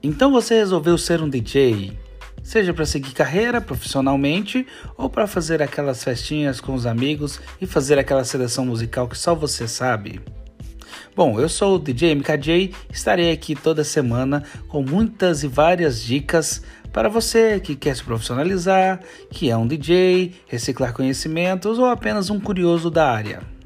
Então você resolveu ser um DJ, seja para seguir carreira profissionalmente ou para fazer aquelas festinhas com os amigos e fazer aquela seleção musical que só você sabe? Bom, eu sou o DJ MKJ, estarei aqui toda semana com muitas e várias dicas para você que quer se profissionalizar, que é um DJ, reciclar conhecimentos ou apenas um curioso da área.